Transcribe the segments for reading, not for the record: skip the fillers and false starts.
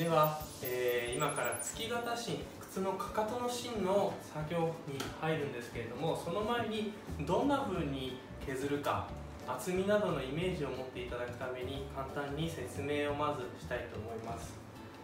では、今から月型芯、靴のかかとの芯の作業に入るんですけれども、その前にどんな風に削るか、厚みなどのイメージを持っていただくために簡単に説明をまずしたいと思います。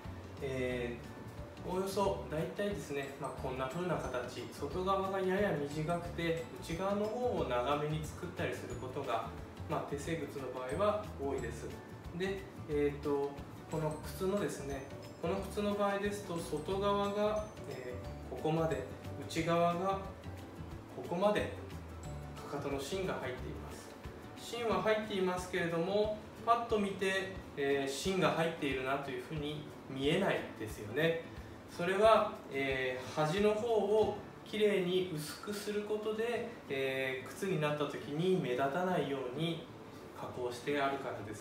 おおよそ大体ですね、こんな風な形、外側がやや短くて内側の方を長めに作ったりすることが、手製靴の場合は多いです。で、この靴のですね、この靴の場合ですと外側が、ここまで、内側がここまでかかとの芯が入っています。芯は入っていますけれども、パッと見て、芯が入っているなというふうに見えないですよね。それは、端の方をきれいに薄くすることで、靴になった時に目立たないように加工してあるからです。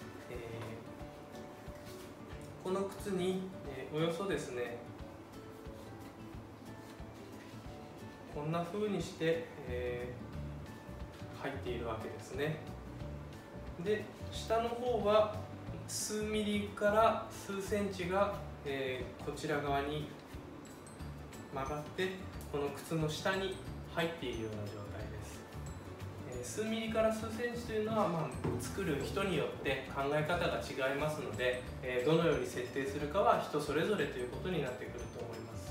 この靴に、およそですね、こんな風にして、入っているわけですね。で、下の方は数ミリから数センチが、こちら側に曲がってこの靴の下に入っているような状態です。数ミリから数センチというのは、作る人によって考え方が違いますので、どのように設定するかは人それぞれということになってくると思います。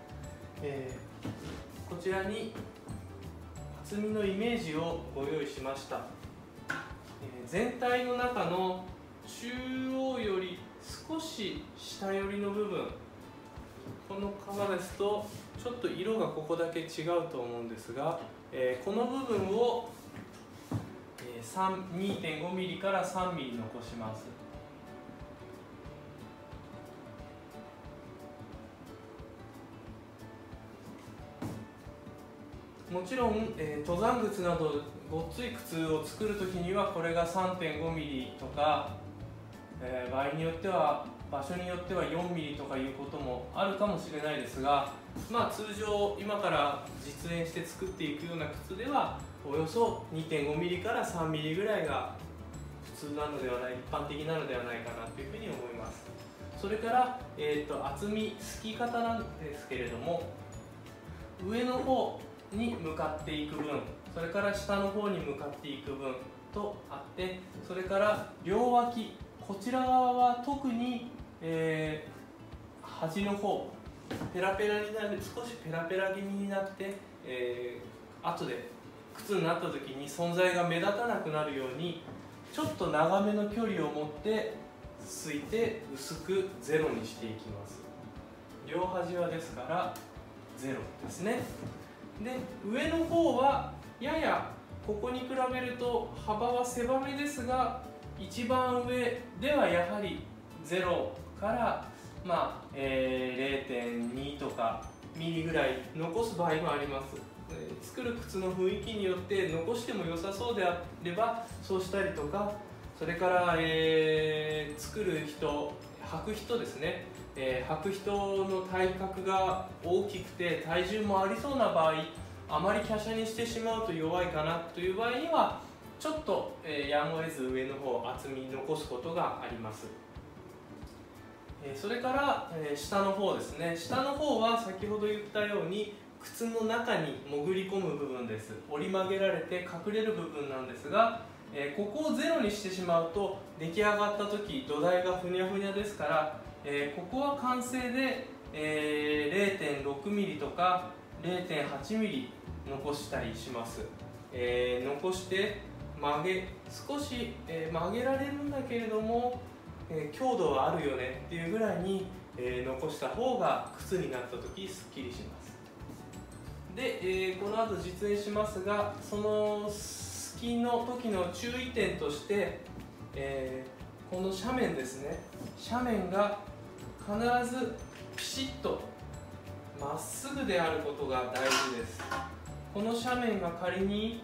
こちらに厚みのイメージをご用意しました。全体の中の中央より少し下寄りの部分、この革ですとちょっと色がここだけ違うと思うんですが、この部分を 2.5 ミリから3ミリ残します。もちろん、登山靴などごっつい靴を作るときにはこれが 3.5 ミリとか、場合によっては場所によっては4ミリとかいうこともあるかもしれないですが、通常今から実演して作っていくような靴ではおよそ 2.5 ミリから3ミリぐらいが普通なのではない、一般的なのではないかなというふうに思います。それから、厚み、すき方なんですけれども、上の方に向かっていく分、それから下の方に向かっていく分とあって、それから両脇、こちら側は特に、端の方ペラペラになる、少しペラペラ気味になって、後で靴になった時に存在が目立たなくなるようにちょっと長めの距離を持ってすいて薄くゼロにしていきます。両端はですからゼロですね。で、上の方はややここに比べると幅は狭めですが、一番上ではやはり0から、0.2 とかミリぐらい残す場合もあります。作る靴の雰囲気によって残しても良さそうであればそうしたりとか、それから、作る人、履く人ですね、履く人の体格が大きくて体重もありそうな場合、あまり華奢にしてしまうと弱いかなという場合にはちょっと、やむを得ず上の方厚みに残すことがあります。それから、下の方ですね。下の方は先ほど言ったように靴の中に潜り込む部分です。折り曲げられて隠れる部分なんですが、ここをゼロにしてしまうと出来上がった時土台がふにゃふにゃですから、ここは完成で、0.6 ミリとか 0.8 ミリ残したりします。残して少し、曲げられるんだけれども、強度はあるよねっていうぐらいに、残した方が靴になった時すっきりします。で、この後実演しますが、そのすきの時の注意点として、この斜面ですね、斜面が必ずピシッとまっすぐであることが大事です。この斜面が仮に、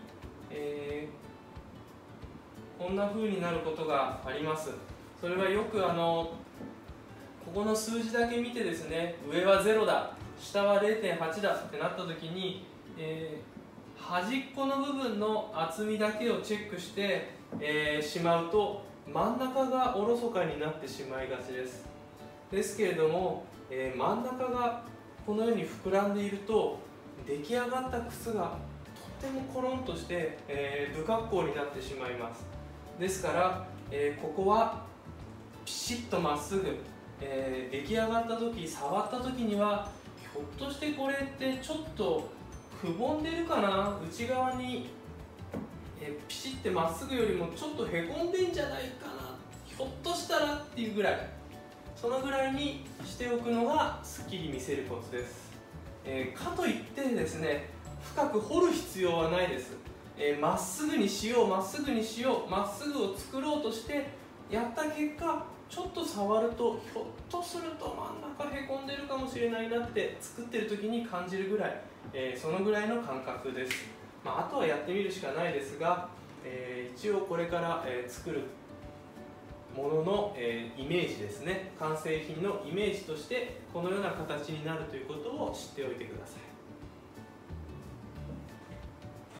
こんな風になることがあります。それはよくここの数字だけ見てですね、上は0だ、下は 0.8 だってなった時に、端っこの部分の厚みだけをチェックして、しまうと真ん中がおろそかになってしまいがちです。 ですけれども、真ん中がこのように膨らんでいると出来上がった靴がとってもコロンとして、不格好になってしまいます。ですから、ここはピシッとまっすぐ、出来上がった時、触った時にはひょっとしてこれってちょっとくぼんでるかな、内側に、ピシッてまっすぐよりもちょっとへこんでんじゃないかな、ひょっとしたらっていうぐらい、そのぐらいにしておくのがすっきり見せるコツです。かといってですね、深く掘る必要はないです。まっすぐにしよう、まっすぐにしよう、まっすぐを作ろうとしてやった結果、ちょっと触るとひょっとすると真ん中へこんでるかもしれないなって作ってる時に感じるぐらい、そのぐらいの感覚です。あとはやってみるしかないですが、一応これから、作るものの、イメージですね、完成品のイメージとしてこのような形になるということを知っておいてください。